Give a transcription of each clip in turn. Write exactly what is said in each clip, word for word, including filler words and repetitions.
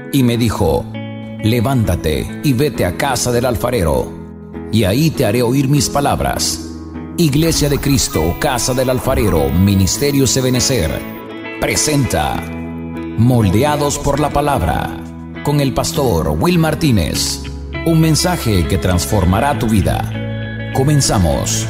y me dijo: levántate y vete a casa del alfarero, y ahí te haré oír mis palabras. Iglesia de Cristo, Casa del Alfarero, Ministerio Ebenecer, presenta Moldeados por la Palabra, con el pastor Will Martínez. Un mensaje que transformará tu vida. Comenzamos.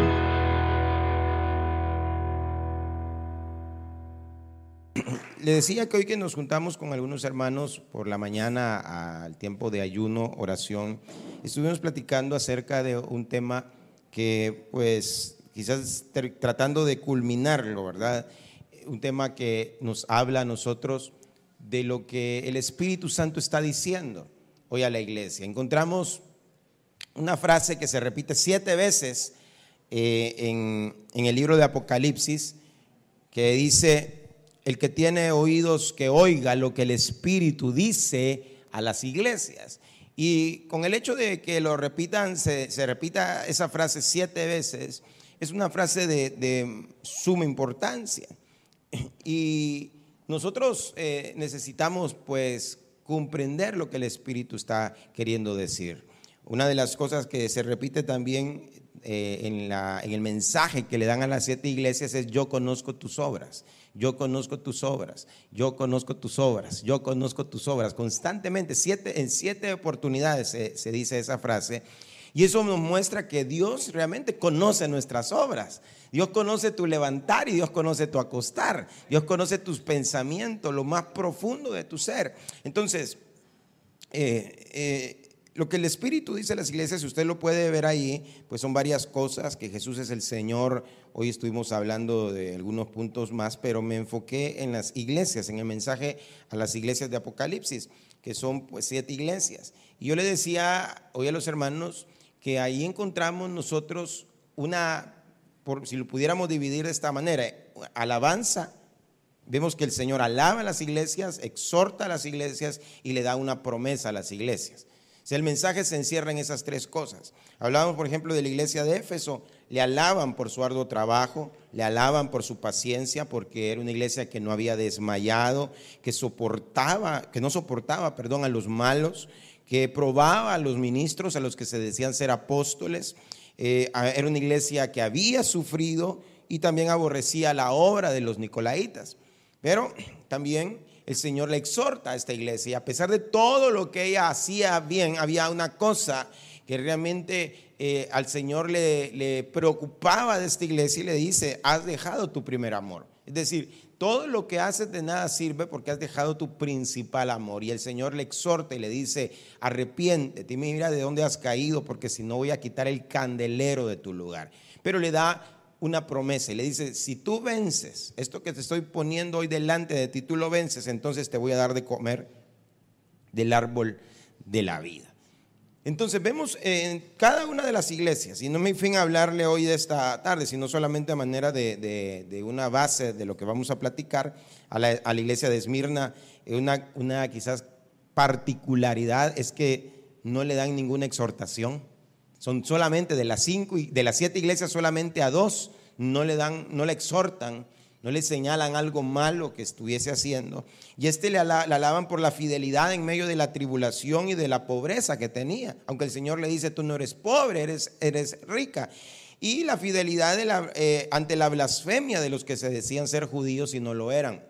Le decía que hoy que nos juntamos con algunos hermanos por la mañana al tiempo de ayuno, oración, estuvimos platicando acerca de un tema que pues quizás tratando de culminarlo, ¿verdad? Un tema que nos habla a nosotros de lo que el Espíritu Santo está diciendo hoy a la iglesia. Encontramos una frase que se repite siete veces eh, en, en el libro de Apocalipsis, que dice: el que tiene oídos que oiga lo que el Espíritu dice a las iglesias. Y con el hecho de que lo repitan, se, se repita esa frase siete veces, es una frase de, de suma importancia. Y nosotros eh, necesitamos pues comprender lo que el Espíritu está queriendo decir. Una de las cosas que se repite también eh, en, la, en el mensaje que le dan a las siete iglesias es: yo conozco tus obras. Yo conozco tus obras, yo conozco tus obras, yo conozco tus obras. Constantemente, siete, en siete oportunidades se, se dice esa frase. Y eso nos muestra que Dios realmente conoce nuestras obras. Dios conoce tu levantar y Dios conoce tu acostar. Dios conoce tus pensamientos, lo más profundo de tu ser. Entonces, eh, eh, lo que el Espíritu dice a las iglesias, si usted lo puede ver ahí, pues son varias cosas, que Jesús es el Señor. Hoy estuvimos hablando de algunos puntos más, pero me enfoqué en las iglesias, en el mensaje a las iglesias de Apocalipsis, que son pues siete iglesias. Y yo le decía hoy a los hermanos que ahí encontramos nosotros una, por, si lo pudiéramos dividir de esta manera, alabanza. Vemos que el Señor alaba a las iglesias, exhorta a las iglesias y le da una promesa a las iglesias. O sea, el mensaje se encierra en esas tres cosas. Hablábamos, por ejemplo, de la iglesia de Éfeso. Le alaban por su arduo trabajo, le alaban por su paciencia, porque era una iglesia que no había desmayado, que soportaba, que no soportaba, perdón, a los malos, que probaba a los ministros, a los que se decían ser apóstoles. Eh, era una iglesia que había sufrido y también aborrecía la obra de los nicolaitas. Pero también el Señor le exhorta a esta iglesia, y a pesar de todo lo que ella hacía bien, había una cosa que realmente eh, al Señor le, le preocupaba de esta iglesia, y le dice: has dejado tu primer amor. Es decir, todo lo que haces de nada sirve porque has dejado tu principal amor. Y el Señor le exhorta y le dice: arrepiéntete y mira de dónde has caído, porque si no voy a quitar el candelero de tu lugar. Pero le da una promesa y le dice: si tú vences esto que te estoy poniendo hoy delante de ti, tú lo vences, entonces te voy a dar de comer del árbol de la vida. Entonces vemos en cada una de las iglesias, y no me fin a hablarle hoy de esta tarde, sino solamente a manera de, de, de una base de lo que vamos a platicar, a la, a la iglesia de Esmirna. Una, una quizás particularidad es que no le dan ninguna exhortación. Son solamente de las cinco, de las siete iglesias, solamente a dos no le dan, no le exhortan, no le señalan algo malo que estuviese haciendo. Y este le, ala, le alaban por la fidelidad en medio de la tribulación y de la pobreza que tenía. Aunque el Señor le dice: tú no eres pobre, eres, eres rica. Y la fidelidad de la, eh, ante la blasfemia de los que se decían ser judíos y no lo eran.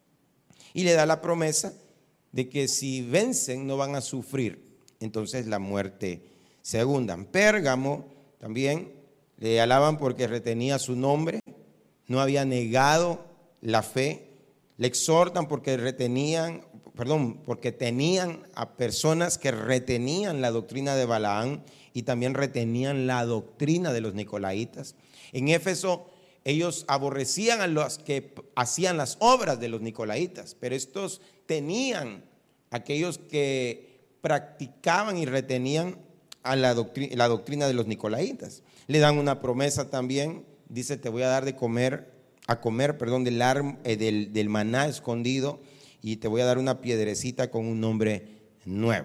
Y le da la promesa de que si vencen no van a sufrir entonces la muerte segunda. Pérgamo también le alaban porque retenía su nombre, no había negado la fe. Le exhortan porque retenían, perdón, porque tenían a personas que retenían la doctrina de Balaán y también retenían la doctrina de los nicolaitas. En Éfeso ellos aborrecían a los que hacían las obras de los nicolaitas, pero estos tenían aquellos que practicaban y retenían a la doctrina, la doctrina de los nicolaitas. Le dan una promesa también, dice: te voy a dar de comer, a comer, perdón, del, eh, del, del maná escondido, y te voy a dar una piedrecita con un nombre nuevo.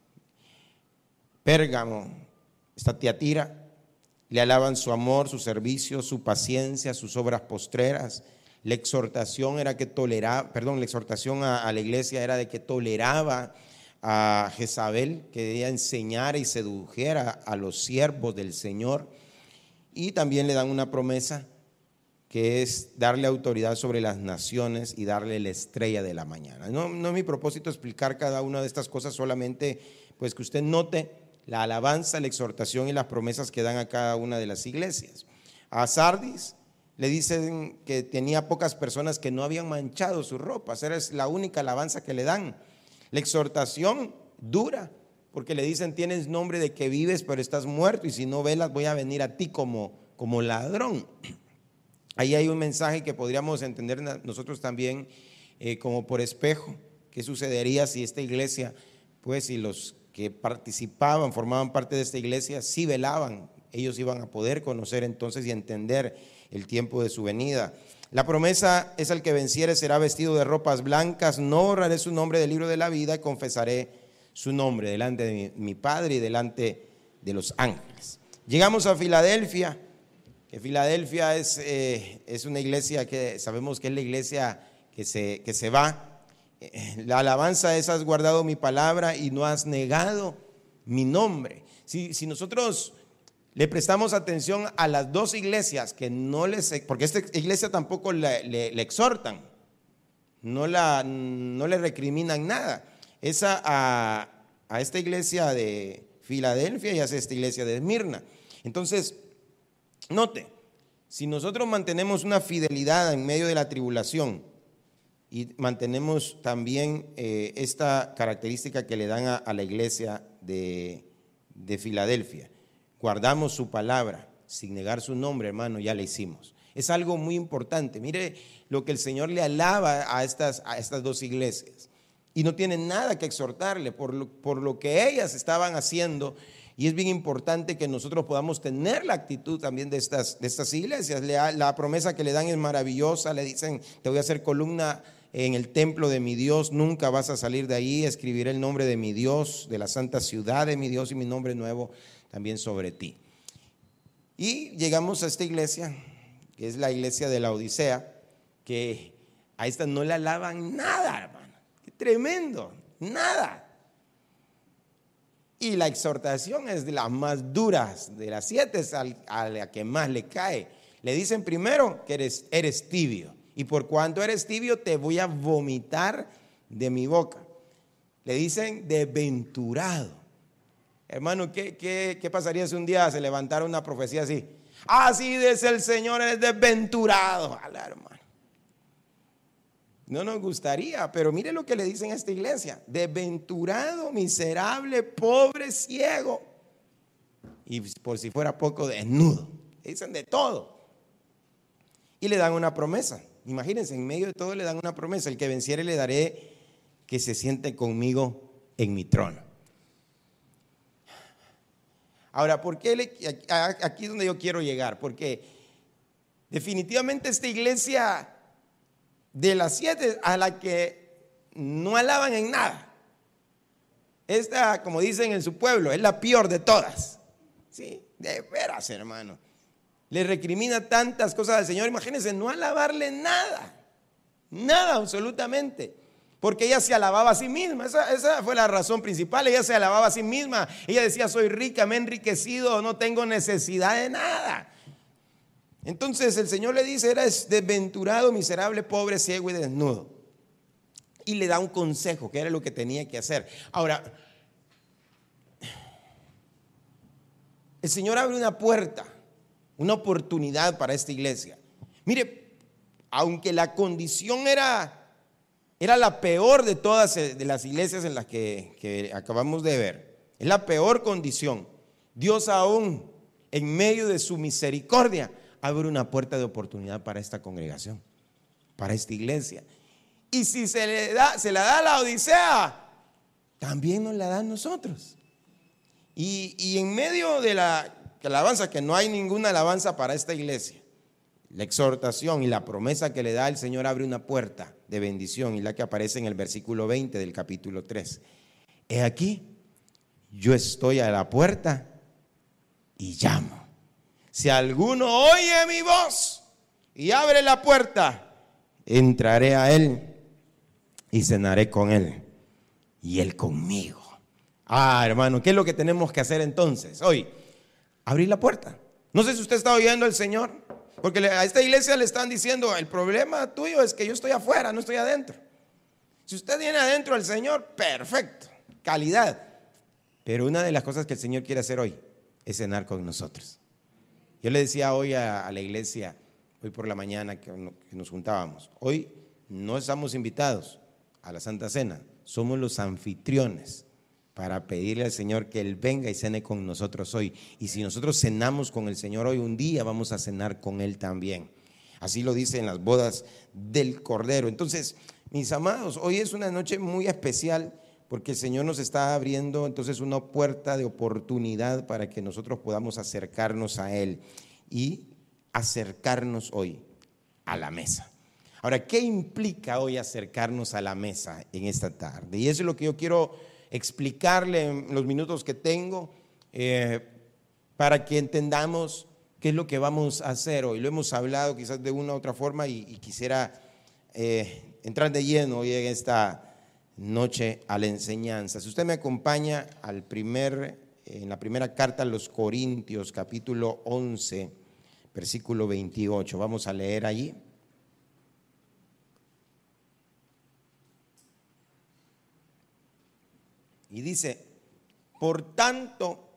Pérgamo, esta Tiatira, le alaban su amor, su servicio, su paciencia, sus obras postreras. La exhortación era que toleraba, perdón, la exhortación a, a la iglesia era de que toleraba a Jezabel, que debía enseñar y sedujera a los siervos del Señor. Y también le dan una promesa que es darle autoridad sobre las naciones y darle la estrella de la mañana. No, no es mi propósito explicar cada una de estas cosas, solamente pues que usted note la alabanza, la exhortación y las promesas que dan a cada una de las iglesias. A Sardis le dicen que tenía pocas personas que no habían manchado sus ropas, esa es la única alabanza que le dan. La exhortación dura, porque le dicen: tienes nombre de que vives, pero estás muerto, y si no velas voy a venir a ti como, como ladrón. Ahí hay un mensaje que podríamos entender nosotros también eh, como por espejo. ¿Qué sucedería si esta iglesia, pues si los que participaban, formaban parte de esta iglesia, sí velaban? Ellos iban a poder conocer entonces y entender el tiempo de su venida. La promesa es: el que venciere será vestido de ropas blancas, no borraré su nombre del libro de la vida y confesaré su nombre delante de mi, mi Padre y delante de los ángeles. Llegamos a Filadelfia, que Filadelfia es, eh, es una iglesia que sabemos que es la iglesia que se, que se va. La alabanza es: has guardado mi palabra y no has negado mi nombre. Si, si nosotros le prestamos atención a las dos iglesias que no les, porque esta iglesia tampoco le, le, le exhortan, no, la, no le recriminan nada. Esa a, a esta iglesia de Filadelfia y a esta iglesia de Esmirna. Entonces, note, si nosotros mantenemos una fidelidad en medio de la tribulación y mantenemos también eh, esta característica que le dan a, a la iglesia de, de Filadelfia, guardamos su palabra sin negar su nombre, hermano, ya la hicimos. Es algo muy importante. Mire lo que el Señor le alaba a estas, a estas dos iglesias. Y no tienen nada que exhortarle por lo, por lo que ellas estaban haciendo. Y es bien importante que nosotros podamos tener la actitud también de estas, de estas iglesias. La, la promesa que le dan es maravillosa. Le dicen: te voy a hacer columna en el templo de mi Dios, nunca vas a salir de ahí. Escribiré el nombre de mi Dios, de la santa ciudad de mi Dios, y mi nombre nuevo también sobre ti. Y llegamos a esta iglesia, que es la iglesia de la Odisea, que a esta no le alaban nada, hermano. Qué tremendo, nada. Y la exhortación es de las más duras, de las siete es a la que más le cae. Le dicen primero que eres, eres tibio, y por cuanto eres tibio te voy a vomitar de mi boca. Le dicen desventurado. Hermano, ¿qué, qué, qué pasaría si un día se levantara una profecía así? Así dice el Señor, eres desventurado. Alá, hermano. No nos gustaría, pero mire lo que le dicen a esta iglesia: desventurado, miserable, pobre, ciego, y por si fuera poco, desnudo. Dicen de todo. Y le dan una promesa. Imagínense, en medio de todo le dan una promesa: el que venciere le daré que se siente conmigo en mi trono. Ahora, ¿por qué le, aquí es donde yo quiero llegar? Porque definitivamente esta iglesia de las siete a la que no alaban en nada, esta, como dicen en su pueblo, es la peor de todas. Sí, de veras, hermano. Le recrimina tantas cosas al Señor. Imagínense, no alabarle nada, nada absolutamente. Porque ella se alababa a sí misma. Esa, esa fue la razón principal. Ella se alababa a sí misma. Ella decía: soy rica, me he enriquecido, no tengo necesidad de nada. Entonces el Señor le dice: eres desventurado, miserable, pobre, ciego y desnudo. Y le da un consejo, que era lo que tenía que hacer. Ahora, el Señor abre una puerta, una oportunidad para esta iglesia. Mire, aunque la condición era... Era la peor de todas de las iglesias en las que, que acabamos de ver. Es la peor condición. Dios aún, en medio de su misericordia, abre una puerta de oportunidad para esta congregación, para esta iglesia. Y si se le da, se la da a la Odisea, también nos la da a nosotros. Y, y en medio de la alabanza, que no hay ninguna alabanza para esta iglesia, la exhortación y la promesa que le da el Señor abre una puerta de bendición, y la que aparece en el versículo veinte del capítulo tres. He aquí, yo estoy a la puerta y llamo. Si alguno oye mi voz y abre la puerta, entraré a Él y cenaré con Él y Él conmigo. Ah, hermano, ¿qué es lo que tenemos que hacer entonces? Hoy, abrir la puerta. No sé si usted está oyendo al Señor, porque a esta iglesia le están diciendo, el problema tuyo es que yo estoy afuera, no estoy adentro. Si usted viene adentro al Señor, perfecto, calidad. Pero una de las cosas que el Señor quiere hacer hoy es cenar con nosotros. Yo le decía hoy a, a la iglesia, hoy por la mañana que, que nos juntábamos, hoy no estamos invitados a la Santa Cena, somos los anfitriones para pedirle al Señor que Él venga y cene con nosotros hoy. Y si nosotros cenamos con el Señor hoy, un día vamos a cenar con Él también. Así lo dice en las bodas del Cordero. Entonces, mis amados, hoy es una noche muy especial porque el Señor nos está abriendo entonces una puerta de oportunidad para que nosotros podamos acercarnos a Él y acercarnos hoy a la mesa. Ahora, ¿qué implica hoy acercarnos a la mesa en esta tarde? Y eso es lo que yo quiero explicarle en los minutos que tengo eh, para que entendamos qué es lo que vamos a hacer hoy. Lo hemos hablado quizás de una u otra forma y, y quisiera eh, entrar de lleno hoy en esta noche a la enseñanza. Si usted me acompaña al primer, en la primera carta a los Corintios, capítulo once, versículo veintiocho, vamos a leer allí. Y dice, por tanto,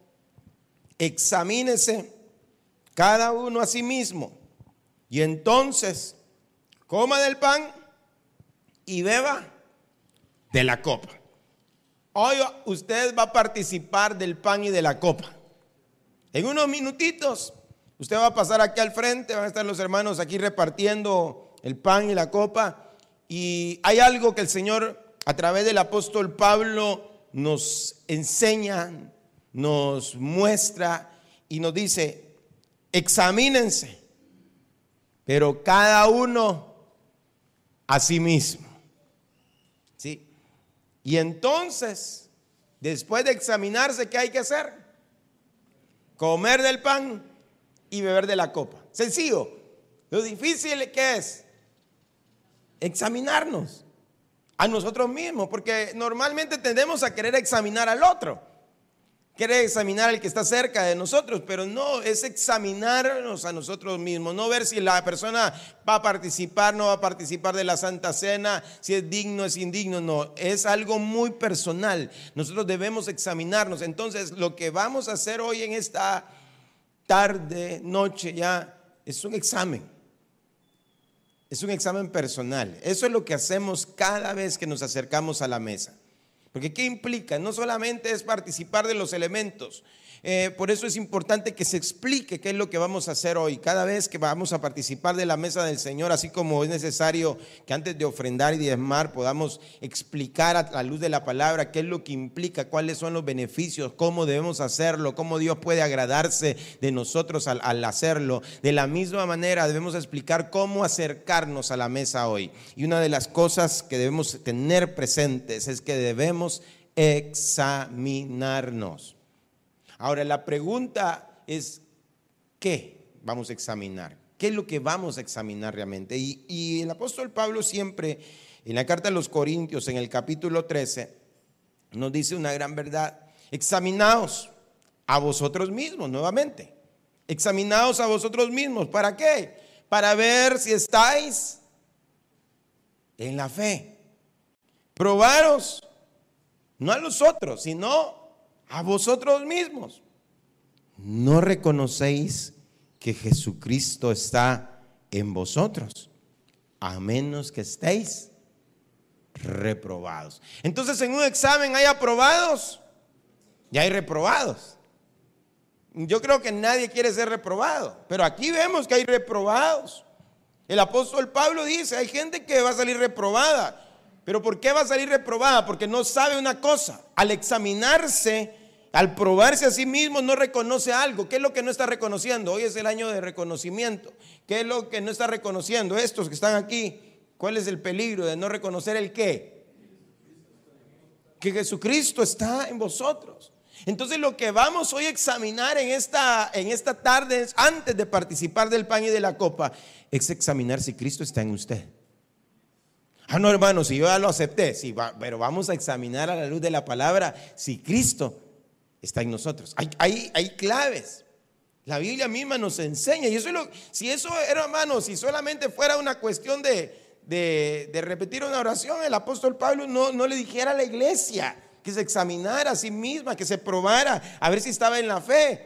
examínese cada uno a sí mismo, y entonces coma del pan y beba de la copa. Hoy usted va a participar del pan y de la copa. En unos minutitos, usted va a pasar aquí al frente, van a estar los hermanos aquí repartiendo el pan y la copa. Y hay algo que el Señor, a través del apóstol Pablo, nos enseña, nos muestra y nos dice, examínense, pero cada uno a sí mismo. ¿Sí? Y entonces, después de examinarse, ¿qué hay que hacer? Comer del pan y beber de la copa. Sencillo. Lo difícil que es examinarnos a nosotros mismos, porque normalmente tendemos a querer examinar al otro, querer examinar al que está cerca de nosotros, pero no, es examinarnos a nosotros mismos, no ver si la persona va a participar, no va a participar de la Santa Cena, si es digno, es indigno, no, es algo muy personal. Nosotros debemos examinarnos. Entonces, lo que vamos a hacer hoy en esta tarde, noche ya, es un examen. Es un examen personal. Eso es lo que hacemos cada vez que nos acercamos a la mesa. Porque ¿qué implica? No solamente es participar de los elementos. Eh, por eso es importante que se explique qué es lo que vamos a hacer hoy. Cada vez que vamos a participar de la mesa del Señor, así como es necesario que antes de ofrendar y diezmar podamos explicar a la luz de la palabra qué es lo que implica, cuáles son los beneficios, cómo debemos hacerlo, cómo Dios puede agradarse de nosotros al, al hacerlo. De la misma manera debemos explicar cómo acercarnos a la mesa hoy. Y una de las cosas que debemos tener presentes es que debemos examinarnos. Ahora, la pregunta es, ¿qué vamos a examinar? ¿Qué es lo que vamos a examinar realmente? Y, y el apóstol Pablo siempre, en la carta a los Corintios, en el capítulo trece, nos dice una gran verdad. Examinaos a vosotros mismos, nuevamente. Examinaos a vosotros mismos. ¿Para qué? Para ver si estáis en la fe. Probaros, no a los otros, sino a vosotros mismos. ¿No reconocéis que Jesucristo está en vosotros? A menos que estéis reprobados. Entonces, en un examen hay aprobados y hay reprobados. Yo creo que nadie quiere ser reprobado, pero aquí vemos que hay reprobados. El apóstol Pablo dice, hay gente que va a salir reprobada. ¿Pero por qué va a salir reprobada? Porque no sabe una cosa. Al examinarse, al probarse a sí mismo, no reconoce algo. ¿Qué es lo que no está reconociendo? Hoy es el año de reconocimiento. ¿Qué es lo que no está reconociendo? Estos que están aquí, ¿cuál es el peligro de no reconocer el qué? Que Jesucristo está en vosotros. Entonces, lo que vamos hoy a examinar en esta, en esta tarde, antes de participar del pan y de la copa, es examinar si Cristo está en usted. Ah, no, hermano, si yo ya lo acepté, sí, va, pero vamos a examinar a la luz de la palabra si Cristo está en nosotros. Hay, hay, hay claves. La Biblia misma nos enseña. Y eso es lo, si eso, hermano, si solamente fuera una cuestión de, de, de repetir una oración, el apóstol Pablo no, no le dijera a la iglesia que se examinara a sí misma, que se probara a ver si estaba en la fe.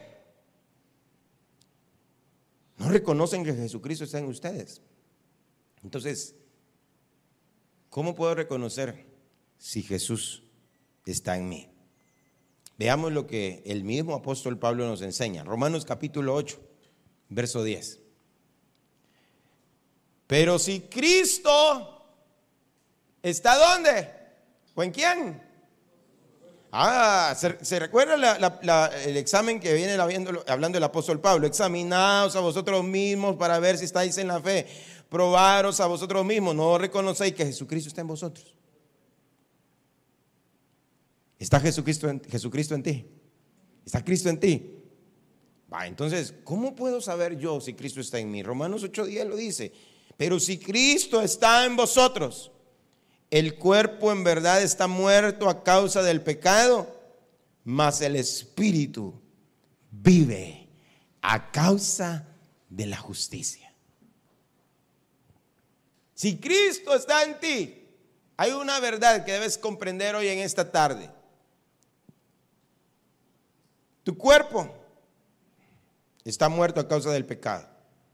No reconocen que Jesucristo está en ustedes. Entonces, ¿cómo puedo reconocer si Jesús está en mí? Veamos lo que el mismo apóstol Pablo nos enseña. Romanos capítulo ocho, verso diez. Pero si Cristo está ¿dónde? ¿O en quién? Ah, ¿se, se recuerda la, la, la, el examen que viene hablando, hablando el apóstol Pablo? Examinaos a vosotros mismos para ver si estáis en la fe. Probaros a vosotros mismos. ¿No reconocéis que Jesucristo está en vosotros? ¿Está Jesucristo en, Jesucristo en ti? ¿Está Cristo en ti? Va, entonces, ¿cómo puedo saber yo si Cristo está en mí? Romanos ocho diez lo dice. Pero si Cristo está en vosotros, el cuerpo en verdad está muerto a causa del pecado, mas el espíritu vive a causa de la justicia. Si Cristo está en ti, hay una verdad que debes comprender hoy en esta tarde. Tu cuerpo está muerto a causa del pecado,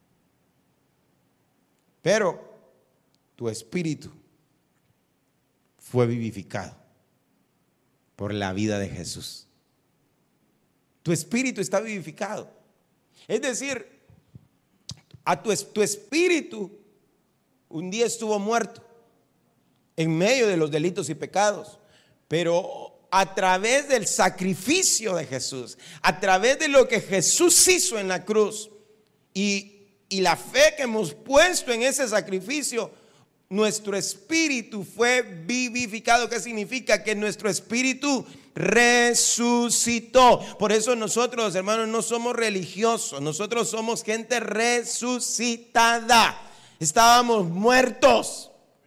pero tu espíritu fue vivificado por la vida de Jesús. Tu espíritu está vivificado. Es decir, a tu, tu espíritu un día estuvo muerto en medio de los delitos y pecados, pero a través del sacrificio de Jesús, a través de lo que Jesús hizo en la cruz y, y la fe que hemos puesto en ese sacrificio, nuestro espíritu fue vivificado. ¿Qué significa? Que nuestro espíritu resucitó. Por eso nosotros, hermanos, no somos religiosos, nosotros somos gente resucitada. Estábamos muertos.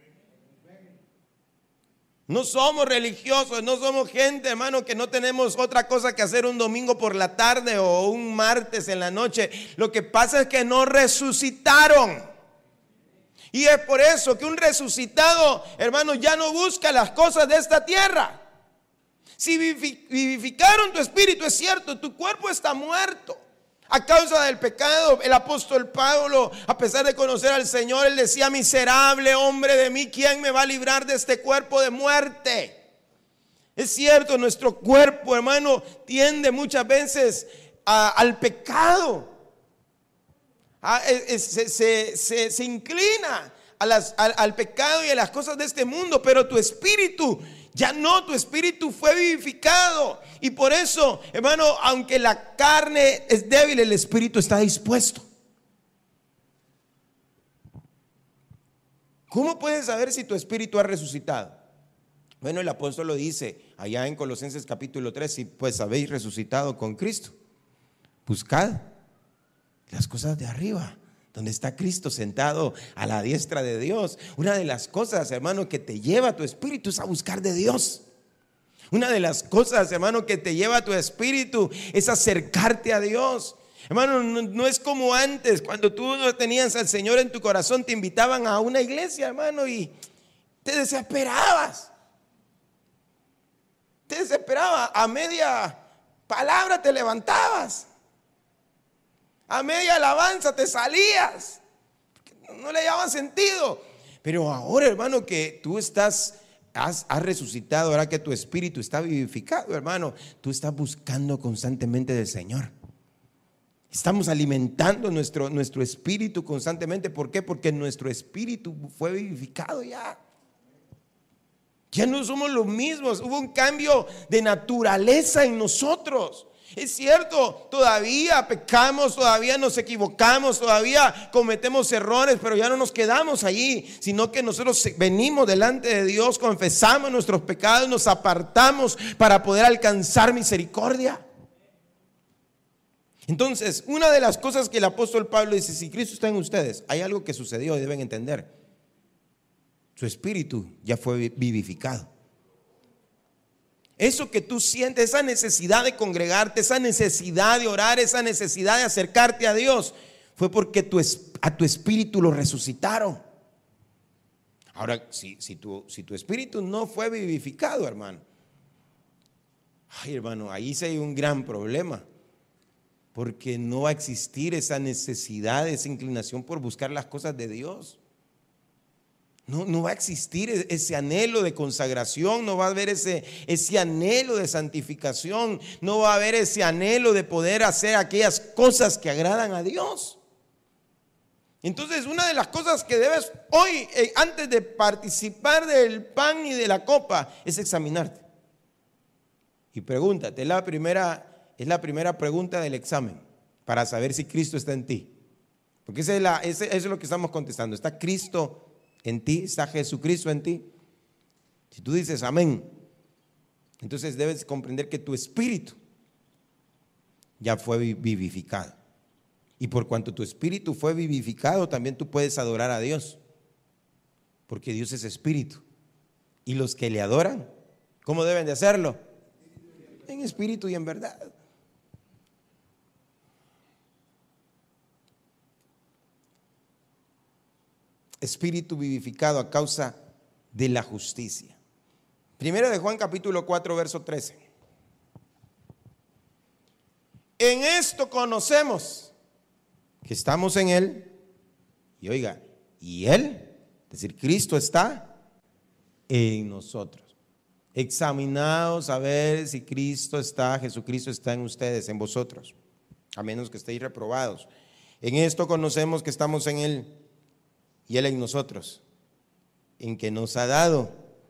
No somos religiosos, no somos gente, hermano, que no tenemos otra cosa que hacer un domingo por la tarde o un martes en la noche. Lo que pasa es que no resucitaron. Y es por eso que un resucitado, hermano, ya no busca las cosas de esta tierra. Si vivificaron tu espíritu, es cierto, tu cuerpo está muerto a causa del pecado. El apóstol Pablo, a pesar de conocer al Señor, él decía: miserable hombre de mí, ¿quién me va a librar de este cuerpo de muerte? Es cierto, nuestro cuerpo, hermano, tiende muchas veces a, al pecado. A, es, se, se, se, se inclina a las, a, al pecado y a las cosas de este mundo, pero tu espíritu ya no, tu espíritu fue vivificado. Y por eso, hermano, aunque la carne es débil, el espíritu está dispuesto. ¿Cómo puedes saber si tu espíritu ha resucitado? Bueno, el apóstol lo dice allá en Colosenses capítulo tres: si pues habéis resucitado con Cristo, buscad las cosas de arriba, donde está Cristo sentado a la diestra de Dios. Una de las cosas, hermano, que te lleva a tu espíritu es a buscar de Dios. Una de las cosas, hermano, que te lleva a tu espíritu es acercarte a Dios. Hermano, no, no es como antes, cuando tú no tenías al Señor en tu corazón, te invitaban a una iglesia, hermano, y te desesperabas. Te desesperaba, a media palabra te levantabas. A media alabanza te salías, no le daban sentido. Pero ahora, hermano, que tú estás, has, has resucitado, ahora que tu espíritu está vivificado, hermano, tú estás buscando constantemente del Señor. Estamos alimentando nuestro, nuestro espíritu constantemente. ¿Por qué? Porque nuestro espíritu fue vivificado ya. Ya no somos los mismos, hubo un cambio de naturaleza en nosotros. Es cierto, todavía pecamos, todavía nos equivocamos, todavía cometemos errores, pero ya no nos quedamos allí, sino que nosotros venimos delante de Dios, confesamos nuestros pecados, nos apartamos para poder alcanzar misericordia. Entonces, una de las cosas que el apóstol Pablo dice: si Cristo está en ustedes, hay algo que sucedió y deben entender. su espíritu ya fue vivificado. Eso que tú sientes, esa necesidad de congregarte, esa necesidad de orar, esa necesidad de acercarte a Dios, fue porque tu, a tu espíritu lo resucitaron. Ahora, si, si, tu, si tu espíritu no fue vivificado, hermano, ay, hermano, ahí sí hay un gran problema, porque no va a existir esa necesidad, esa inclinación por buscar las cosas de Dios. No, no va a existir ese anhelo de consagración, no va a haber ese, ese anhelo de santificación, no va a haber ese anhelo de poder hacer aquellas cosas que agradan a Dios. Entonces, una de las cosas que debes hoy, eh, antes de participar del pan y de la copa, es examinarte. Y pregúntate, es la primera, es la primera pregunta del examen para saber si Cristo está en ti. Porque esa es la, ese, eso es lo que estamos contestando. ¿Está Cristo en ti? ¿Está Jesucristo en ti? Si tú dices amén, entonces debes comprender que tu espíritu ya fue vivificado. Y por cuanto tu espíritu fue vivificado, también tú puedes adorar a Dios. Porque Dios es espíritu. Y los que le adoran, ¿cómo deben de hacerlo? En espíritu y en verdad. Espíritu vivificado a causa de la justicia. Primera de Juan capítulo cuatro verso trece. En esto conocemos que estamos en Él. Y oiga, y Él, es decir, Cristo está en nosotros. Examinaos a ver si Cristo está, Jesucristo está en ustedes, en vosotros, a menos que estéis reprobados. En esto conocemos que estamos en Él y Él en nosotros, en que nos ha dado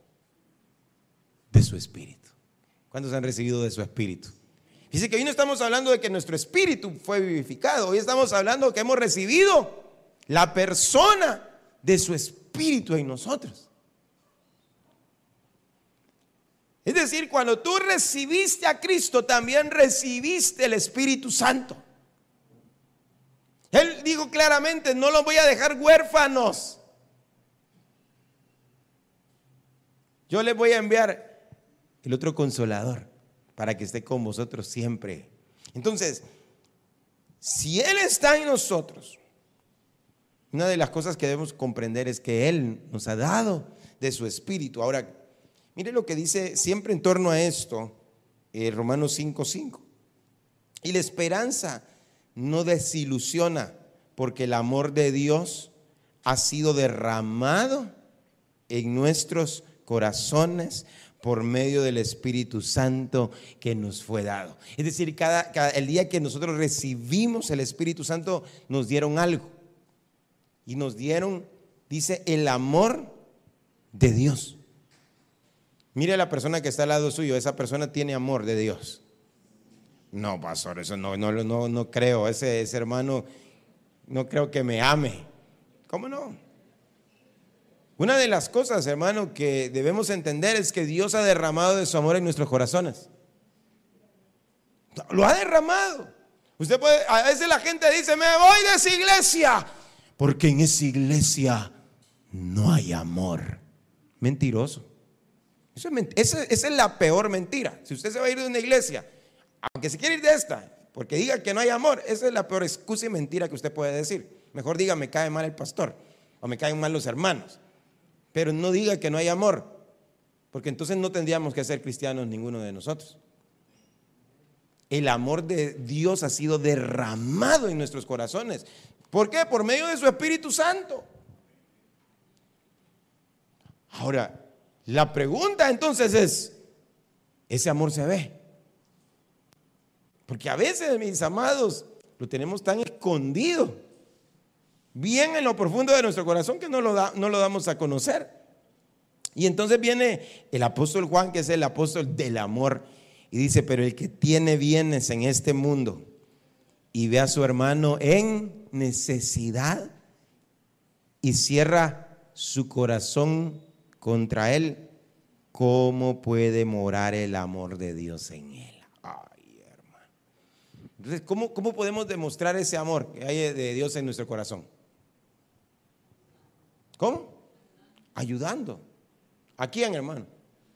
de su espíritu. ¿Cuántos han recibido de su espíritu? Dice que hoy no estamos hablando de que nuestro espíritu fue vivificado, hoy estamos hablando de que hemos recibido la persona de su espíritu en nosotros. Es decir, cuando tú recibiste a Cristo, también recibiste el Espíritu Santo. Él dijo claramente, no los voy a dejar huérfanos. Yo les voy a enviar el otro consolador para que esté con vosotros siempre. Entonces, si Él está en nosotros, una de las cosas que debemos comprender es que Él nos ha dado de su Espíritu. Ahora, mire lo que dice siempre en torno a esto, eh, Romanos cinco cinco. Y la esperanza no desilusiona, porque el amor de Dios ha sido derramado en nuestros corazones por medio del Espíritu Santo que nos fue dado. Es decir, cada, cada, el día que nosotros recibimos el Espíritu Santo, nos dieron algo. Y nos dieron, dice, el amor de Dios. Mire a la persona que está al lado suyo, esa persona tiene amor de Dios. No, pastor, eso no, no, no, no creo, ese, ese hermano no creo que me ame. ¿Cómo no? Una de las cosas, hermano, que debemos entender es que Dios ha derramado de su amor en nuestros corazones. Lo ha derramado. Usted puede, a veces la gente dice, me voy de esa iglesia, porque en esa iglesia no hay amor. Mentiroso. Eso es, esa, esa es la peor mentira. Si usted se va a ir de una iglesia, aunque se quiere ir de esta, porque diga que no hay amor, esa es la peor excusa y mentira que usted puede decir. Mejor diga, me cae mal el pastor, o me caen mal los hermanos, pero no diga que no hay amor, porque entonces no tendríamos que ser cristianos ninguno de nosotros. El amor de Dios ha sido derramado en nuestros corazones. ¿Por qué? Por medio de su Espíritu Santo. Ahora, la pregunta entonces es, ¿ese amor se ve? Porque a veces, mis amados, lo tenemos tan escondido, bien en lo profundo de nuestro corazón, que no lo, da, no lo damos a conocer. Y entonces viene el apóstol Juan, que es el apóstol del amor, y dice, pero el que tiene bienes en este mundo y ve a su hermano en necesidad y cierra su corazón contra él, ¿cómo puede morar el amor de Dios en él? Ay, hermano. Entonces, ¿cómo, cómo podemos demostrar ese amor que hay de Dios en nuestro corazón? ¿Cómo? ayudando. ¿A quién, hermano?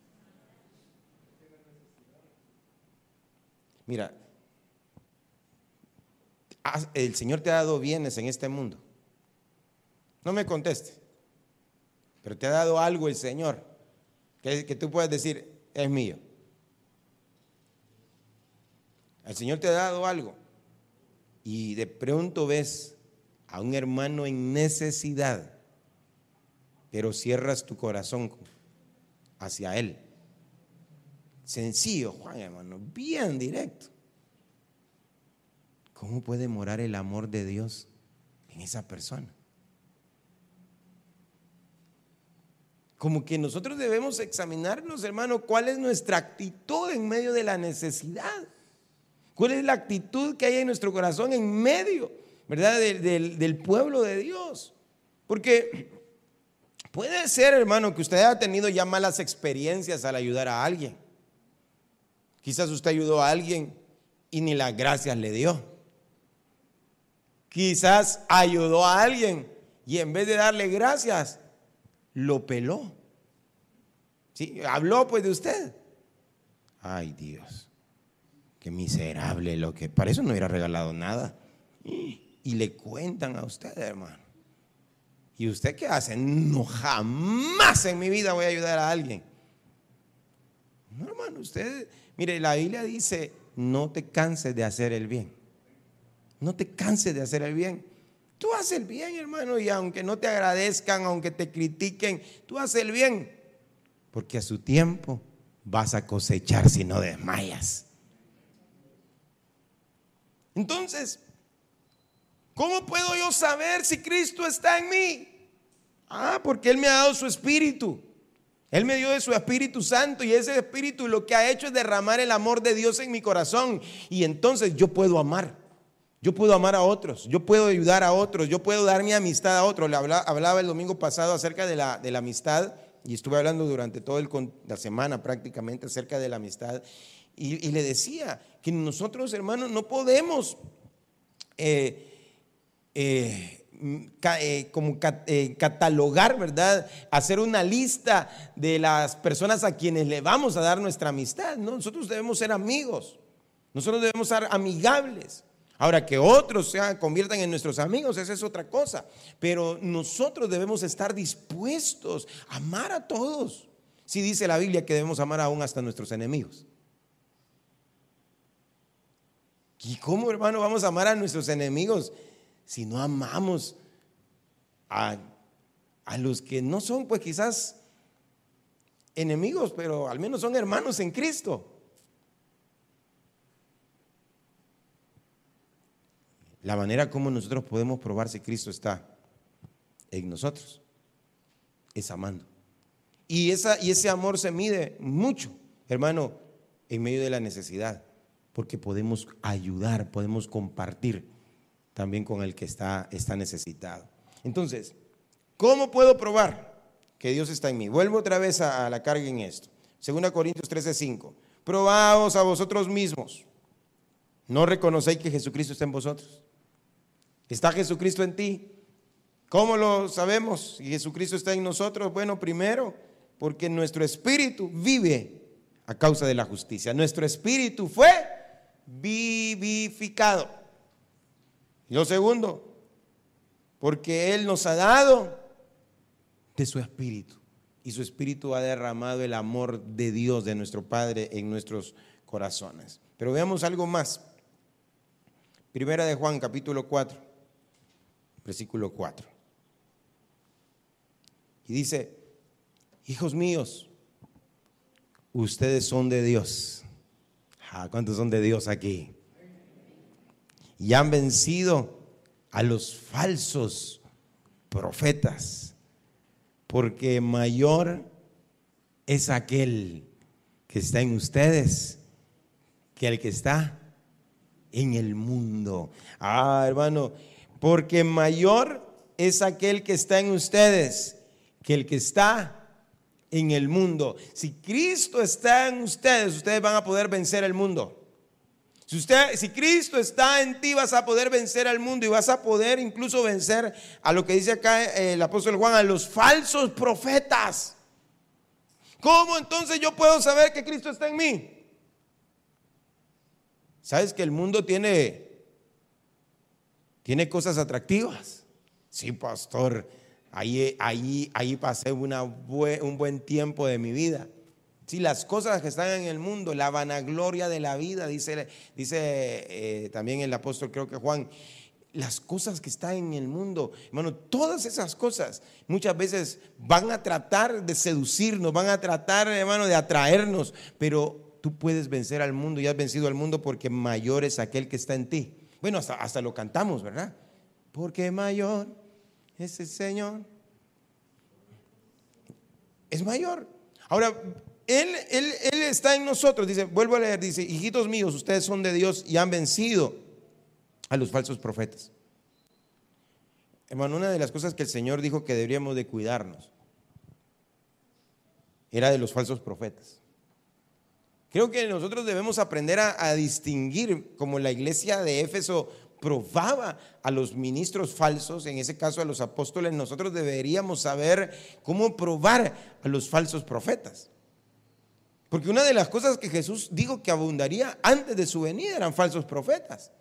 Mira, el Señor te ha dado bienes en este mundo. No me conteste, pero te ha dado algo el Señor que, que tú puedes decir, es mío. El Señor te ha dado algo y de pronto ves a un hermano en necesidad, pero cierras tu corazón hacia él. Sencillo, Juan, hermano, bien directo. ¿Cómo puede morar el amor de Dios en esa persona? Como que nosotros debemos examinarnos, hermano, cuál es nuestra actitud en medio de la necesidad. ¿Cuál es la actitud que hay en nuestro corazón en medio, ¿verdad?, del, del, del pueblo de Dios? Porque puede ser, hermano, que usted haya tenido ya malas experiencias al ayudar a alguien. Quizás usted ayudó a alguien y ni las gracias le dio. Quizás ayudó a alguien y en vez de darle gracias, lo peló. ¿Sí? Habló pues de usted. Ay, Dios. Qué miserable lo que, para eso no hubiera regalado nada. Y le cuentan a usted, hermano. ¿Y usted qué hace? No, jamás en mi vida voy a ayudar a alguien. No, hermano, usted, mire, la Biblia dice, no te canses de hacer el bien. No te canses de hacer el bien. Tú haces el bien, hermano, y aunque no te agradezcan, aunque te critiquen, tú haces el bien. Porque a su tiempo vas a cosechar si no desmayas. Entonces, ¿cómo puedo yo saber si Cristo está en mí? Ah, porque Él me ha dado su Espíritu. Él me dio de su Espíritu Santo y ese Espíritu lo que ha hecho es derramar el amor de Dios en mi corazón. Y entonces yo puedo amar. Yo puedo amar a otros, yo puedo ayudar a otros, yo puedo dar mi amistad a otros. Le hablaba, hablaba el domingo pasado acerca de la, de la amistad y estuve hablando durante toda la semana prácticamente acerca de la amistad. Y, y le decía que nosotros, hermanos, no podemos eh, eh, ca, eh, como cat, eh, catalogar, ¿verdad? Hacer una lista de las personas a quienes le vamos a dar nuestra amistad. ¿No? Nosotros debemos ser amigos, nosotros debemos ser amigables. Ahora, que otros se conviertan en nuestros amigos, esa es otra cosa. Pero nosotros debemos estar dispuestos a amar a todos. Sí dice la Biblia que debemos amar aún hasta nuestros enemigos. ¿Y cómo, hermano, vamos a amar a nuestros enemigos si no amamos a, a los que no son, pues quizás enemigos, pero al menos son hermanos en Cristo? La manera como nosotros podemos probar si Cristo está en nosotros es amando. Y, esa, y ese amor se mide mucho, hermano, en medio de la necesidad, porque podemos ayudar, podemos compartir también con el que está, está necesitado. Entonces, ¿cómo puedo probar que Dios está en mí? Vuelvo otra vez a, a la carga en esto. Segunda Corintios trece cinco. Probaos a vosotros mismos. ¿No reconocéis que Jesucristo está en vosotros? ¿Está Jesucristo en ti? ¿Cómo lo sabemos? Si Jesucristo está en nosotros, bueno, primero, porque nuestro espíritu vive a causa de la justicia. Nuestro espíritu fue vivificado. Y lo segundo, porque Él nos ha dado de su espíritu. Y su espíritu ha derramado el amor de Dios, de nuestro Padre, en nuestros corazones. Pero veamos algo más. Primera de Juan, capítulo cuatro, versículo cuatro. Y dice, hijos míos, ustedes son de Dios. Ah, ¿cuántos son de Dios aquí? Y han vencido a los falsos profetas, porque mayor es aquel que está en ustedes que el que está en el mundo. Ah, hermano, porque mayor es aquel que está en ustedes que el que está en el mundo. Si Cristo está en ustedes, ustedes van a poder vencer el mundo. Si usted, si Cristo está en ti, vas a poder vencer al mundo y vas a poder incluso vencer a lo que dice acá el apóstol Juan, a los falsos profetas. ¿Cómo entonces yo puedo saber que Cristo está en mí? ¿Sabes que el mundo tiene, tiene cosas atractivas? Sí, pastor, ahí, ahí, ahí pasé una buen, un buen tiempo de mi vida. Sí, las cosas que están en el mundo, la vanagloria de la vida, dice, dice eh, también el apóstol, creo que Juan, las cosas que están en el mundo, hermano, todas esas cosas muchas veces van a tratar de seducirnos, van a tratar, hermano, de atraernos, pero tú puedes vencer al mundo y has vencido al mundo porque mayor es aquel que está en ti. Bueno, hasta, hasta lo cantamos, ¿verdad? Porque mayor es el Señor. Es mayor. Ahora, Él, él, él está en nosotros, dice, vuelvo a leer, dice, hijitos míos, ustedes son de Dios y han vencido a los falsos profetas. Hermano, una de las cosas que el Señor dijo que deberíamos de cuidarnos era de los falsos profetas. Creo que nosotros debemos aprender a, a distinguir, como la iglesia de Éfeso probaba a los ministros falsos, en ese caso a los apóstoles, nosotros deberíamos saber cómo probar a los falsos profetas. Porque una de las cosas que Jesús dijo que abundaría antes de su venida eran falsos profetas.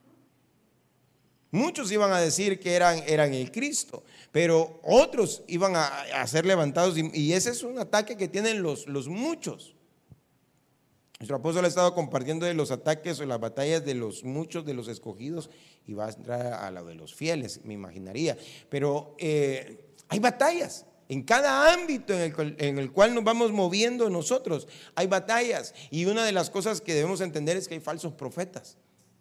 Muchos iban a decir que eran, eran el Cristo, pero otros iban a, a ser levantados y, y ese es un ataque que tienen los, los muchos. Nuestro apóstol ha estado compartiendo de los ataques o las batallas de los muchos, de los escogidos, y va a entrar a lo de los fieles, me imaginaría. Pero eh, hay batallas. En cada ámbito en el, cual, en el cual nos vamos moviendo nosotros, hay batallas. Y una de las cosas que debemos entender es que hay falsos profetas.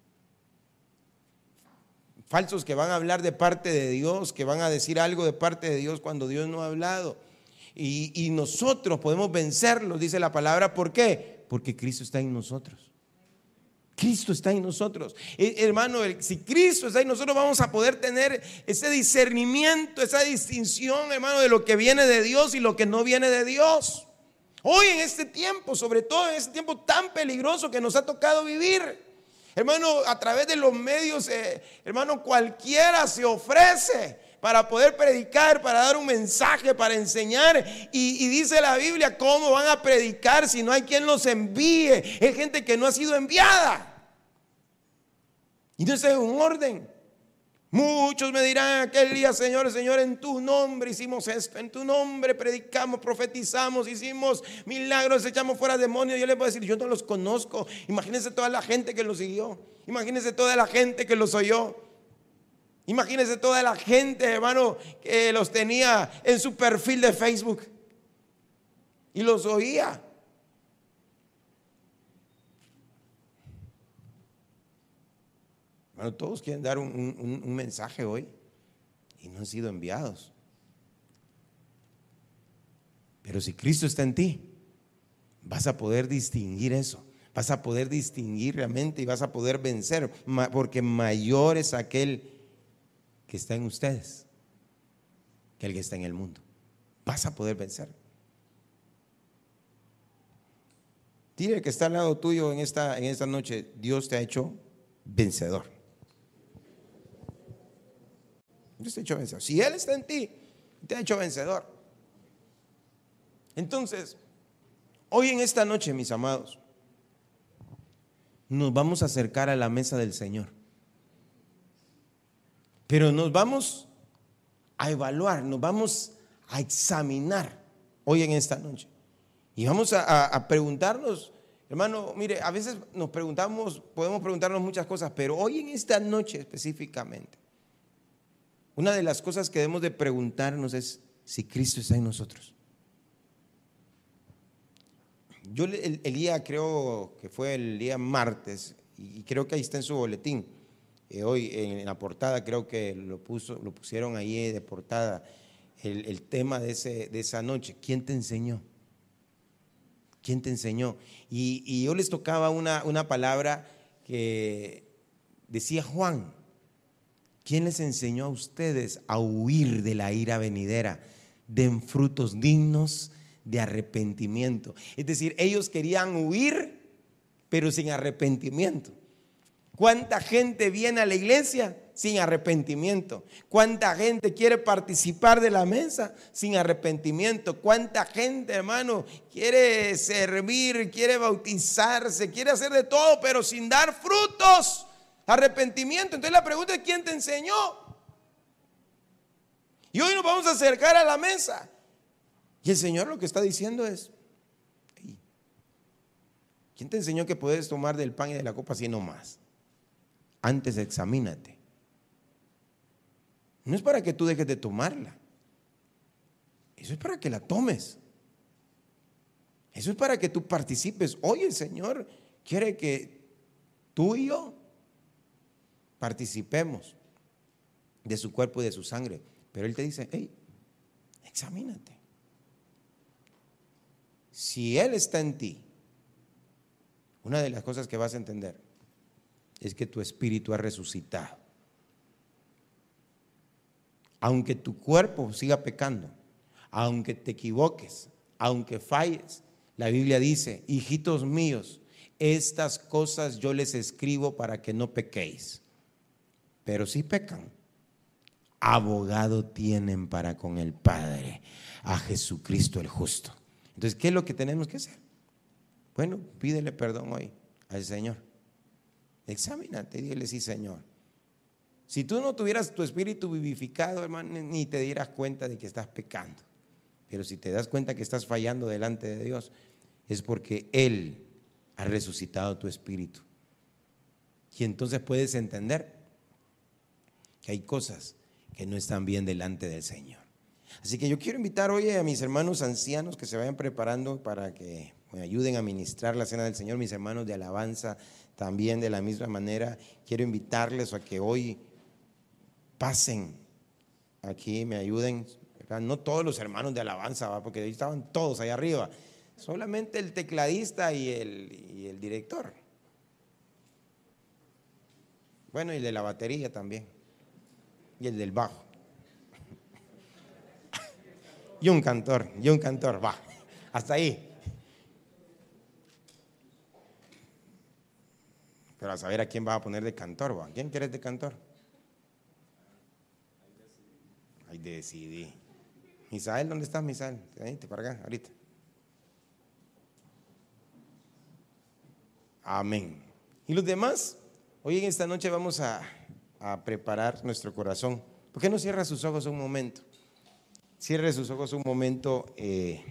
Falsos que van a hablar de parte de Dios, que van a decir algo de parte de Dios cuando Dios no ha hablado. Y, y nosotros podemos vencerlos, dice la palabra. ¿Por qué? Porque Cristo está en nosotros. Cristo está en nosotros. Eh, hermano, si Cristo está en nosotros, vamos a poder tener ese discernimiento, esa distinción, hermano, de lo que viene de Dios y lo que no viene de Dios. Hoy en este tiempo, sobre todo en este tiempo tan peligroso que nos ha tocado vivir, hermano, a través de los medios, eh, hermano, cualquiera se ofrece para poder predicar, para dar un mensaje, para enseñar. Y, y dice la Biblia, ¿cómo van a predicar si no hay quien los envíe? Es gente que no ha sido enviada. Y entonces es un orden. Muchos me dirán aquel día, Señor, Señor, en tu nombre hicimos esto, en tu nombre predicamos, profetizamos, hicimos milagros, echamos fuera demonios. Yo les voy a decir, yo no los conozco. Imagínense toda la gente que los siguió. Imagínense toda la gente que los oyó. Imagínense toda la gente, hermano, que los tenía en su perfil de Facebook y los oía. Hermano, todos quieren dar un, un, un mensaje hoy y no han sido enviados. Pero si Cristo está en ti, vas a poder distinguir eso. Vas a poder distinguir realmente y vas a poder vencer, porque mayor es aquel que está en ustedes que el que está en el mundo. Vas a poder vencer. Dile que está al lado tuyo en esta, en esta noche, Dios te ha hecho vencedor. Dios te ha hecho vencedor. Si Él está en ti, te ha hecho vencedor. Entonces, hoy en esta noche, mis amados, nos vamos a acercar a la mesa del Señor. Pero nos vamos a evaluar, nos vamos a examinar hoy en esta noche. Y vamos a, a, a preguntarnos, hermano, mire, a veces nos preguntamos, podemos preguntarnos muchas cosas, pero hoy en esta noche específicamente, una de las cosas que debemos de preguntarnos es si Cristo está en nosotros. Yo el, el día, creo que fue el día martes, y creo que ahí está en su boletín. Eh, hoy en la portada creo que lo, puso, lo pusieron ahí de portada, el, el tema de, ese, de esa noche. ¿Quién te enseñó? ¿Quién te enseñó? Y, y yo les tocaba una, una palabra que decía Juan. ¿Quién les enseñó a ustedes a huir de la ira venidera? Den frutos dignos de arrepentimiento. Es decir, ellos querían huir, pero sin arrepentimiento. ¿Cuánta gente viene a la iglesia sin arrepentimiento? ¿Cuánta gente quiere participar de la mesa sin arrepentimiento? ¿Cuánta gente, hermano, quiere servir, quiere bautizarse, quiere hacer de todo, pero sin dar frutos? Arrepentimiento. Entonces la pregunta es: ¿quién te enseñó? Y hoy nos vamos a acercar a la mesa. Y el Señor lo que está diciendo es: ¿quién te enseñó que puedes tomar del pan y de la copa así nomás? Antes examínate. No es para que tú dejes de tomarla. Eso es para que la tomes. Eso es para que tú participes. Hoy el Señor quiere que tú y yo participemos de su cuerpo y de su sangre. Pero Él te dice: hey, examínate. Si Él está en ti, una de las cosas que vas a entender es que tu espíritu ha resucitado. Aunque tu cuerpo siga pecando, aunque te equivoques, aunque falles, la Biblia dice: hijitos míos, estas cosas yo les escribo para que no pequéis. Pero si pecan, abogado tienen para con el Padre, a Jesucristo el justo. Entonces, ¿qué es lo que tenemos que hacer? Bueno, pídele perdón hoy al Señor. Examínate y dile: sí, Señor. Si tú no tuvieras tu espíritu vivificado, hermano, ni te dieras cuenta de que estás pecando. Pero si te das cuenta que estás fallando delante de Dios, es porque Él ha resucitado tu espíritu. Y entonces puedes entender que hay cosas que no están bien delante del Señor. Así que yo quiero invitar hoy a mis hermanos ancianos que se vayan preparando para que me ayuden a ministrar la cena del Señor. Mis hermanos de alabanza también, de la misma manera, quiero invitarles a que hoy pasen aquí, me ayuden, ¿verdad? No todos los hermanos de alabanza, ¿va? Porque ahí estaban todos ahí arriba, solamente el tecladista y el, y el director. Bueno, y el de la batería también, y el del bajo. Y un cantor, y un cantor, va, hasta ahí. Pero a saber a quién vas a poner de cantor, va. ¿Quién quieres de cantor? Ahí decidí. Misael, ¿dónde estás, Misael? Vente para acá, ahorita. Amén. ¿Y los demás? Hoy en esta noche vamos a, a preparar nuestro corazón. ¿Por qué no cierra sus ojos un momento? Cierre sus ojos un momento eh,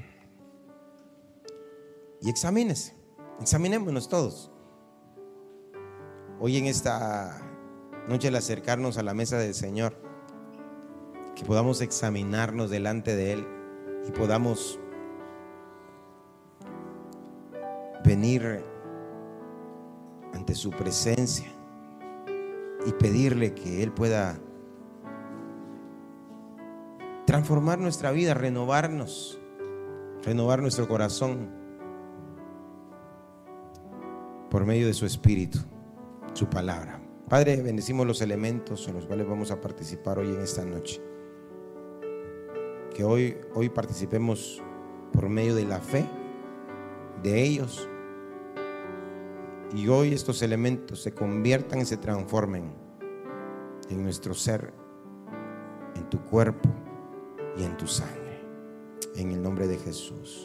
y examínese. Examinémonos todos. Hoy en esta noche, al acercarnos a la mesa del Señor, que podamos examinarnos delante de Él y podamos venir ante su presencia y pedirle que Él pueda transformar nuestra vida, renovarnos, renovar nuestro corazón por medio de su Espíritu, su palabra. Padre, bendecimos los elementos en los cuales vamos a participar hoy en esta noche. Que hoy, hoy participemos por medio de la fe de ellos, y hoy estos elementos se conviertan y se transformen en nuestro ser, en tu cuerpo y en tu sangre, en el nombre de Jesús.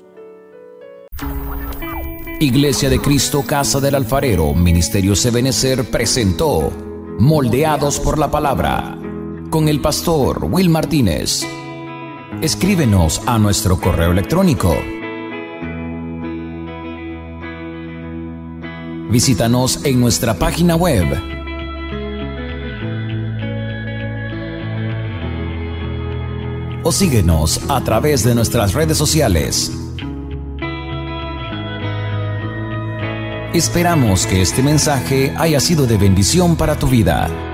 Iglesia de Cristo, Casa del Alfarero, Ministerio Ebenecer presentó Moldeados por la Palabra con el pastor Will Martínez. Escríbenos a nuestro correo electrónico. Visítanos en nuestra página web o síguenos a través de nuestras redes sociales. Esperamos que este mensaje haya sido de bendición para tu vida.